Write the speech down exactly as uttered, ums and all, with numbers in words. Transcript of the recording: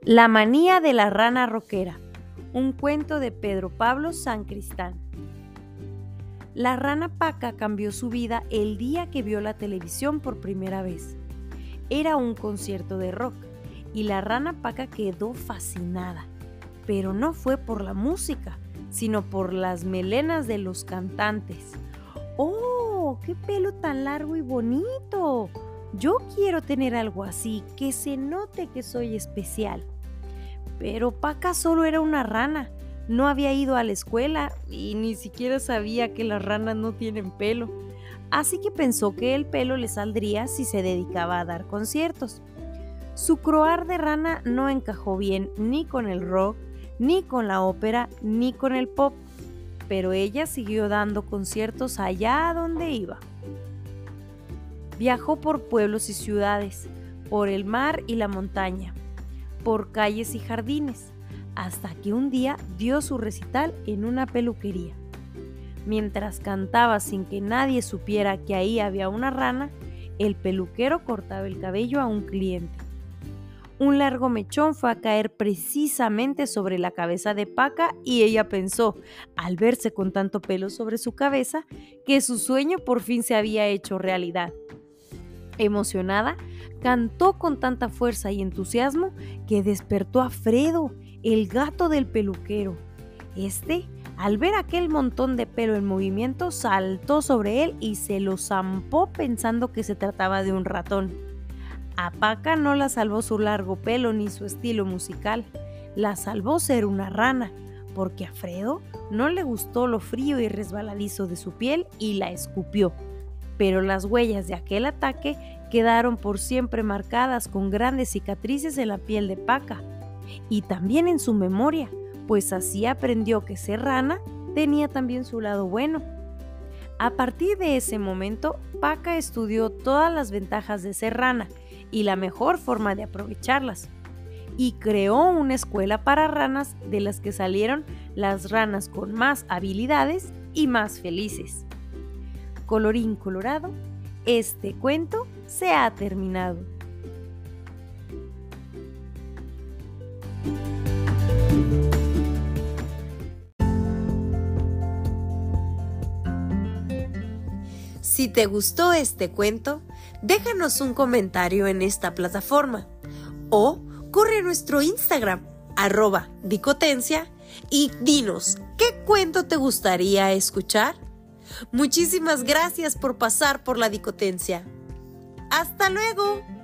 La manía de la rana roquera, un cuento de Pedro Pablo Sancristán. La rana Paca cambió su vida el día que vio la televisión por primera vez. Era un concierto de rock y la rana Paca quedó fascinada, pero no fue por la música, sino por las melenas de los cantantes. ¡Oh, qué pelo tan largo y bonito! Yo quiero tener algo así, que se note que soy especial. Pero Paca solo era una rana, no había ido a la escuela y ni siquiera sabía que las ranas no tienen pelo. Así que pensó que el pelo le saldría si se dedicaba a dar conciertos. Su croar de rana no encajó bien ni con el rock, ni con la ópera, ni con el pop, pero ella siguió dando conciertos allá donde iba. Viajó por pueblos y ciudades, por el mar y la montaña, por calles y jardines, hasta que un día dio su recital en una peluquería. Mientras cantaba sin que nadie supiera que ahí había una rana, el peluquero cortaba el cabello a un cliente. Un largo mechón fue a caer precisamente sobre la cabeza de Paca y ella pensó, al verse con tanto pelo sobre su cabeza, que su sueño por fin se había hecho realidad. Emocionada, cantó con tanta fuerza y entusiasmo que despertó a Fredo, el gato del peluquero. Este, al ver aquel montón de pelo en movimiento, saltó sobre él y se lo zampó pensando que se trataba de un ratón. A Paca no la salvó su largo pelo ni su estilo musical, la salvó ser una rana, porque a Fredo no le gustó lo frío y resbaladizo de su piel y la escupió. Pero las huellas de aquel ataque quedaron por siempre marcadas con grandes cicatrices en la piel de Paca y también en su memoria, pues así aprendió que ser rana tenía también su lado bueno. A partir de ese momento, Paca estudió todas las ventajas de ser rana y la mejor forma de aprovecharlas, y creó una escuela para ranas de las que salieron las ranas con más habilidades y más felices. Colorín colorado, este cuento se ha terminado. Si te gustó este cuento, déjanos un comentario en esta plataforma o corre a nuestro Instagram, arroba dicotencia, y dinos, ¿qué cuento te gustaría escuchar? Muchísimas gracias por pasar por la Dicotencia. ¡Hasta luego!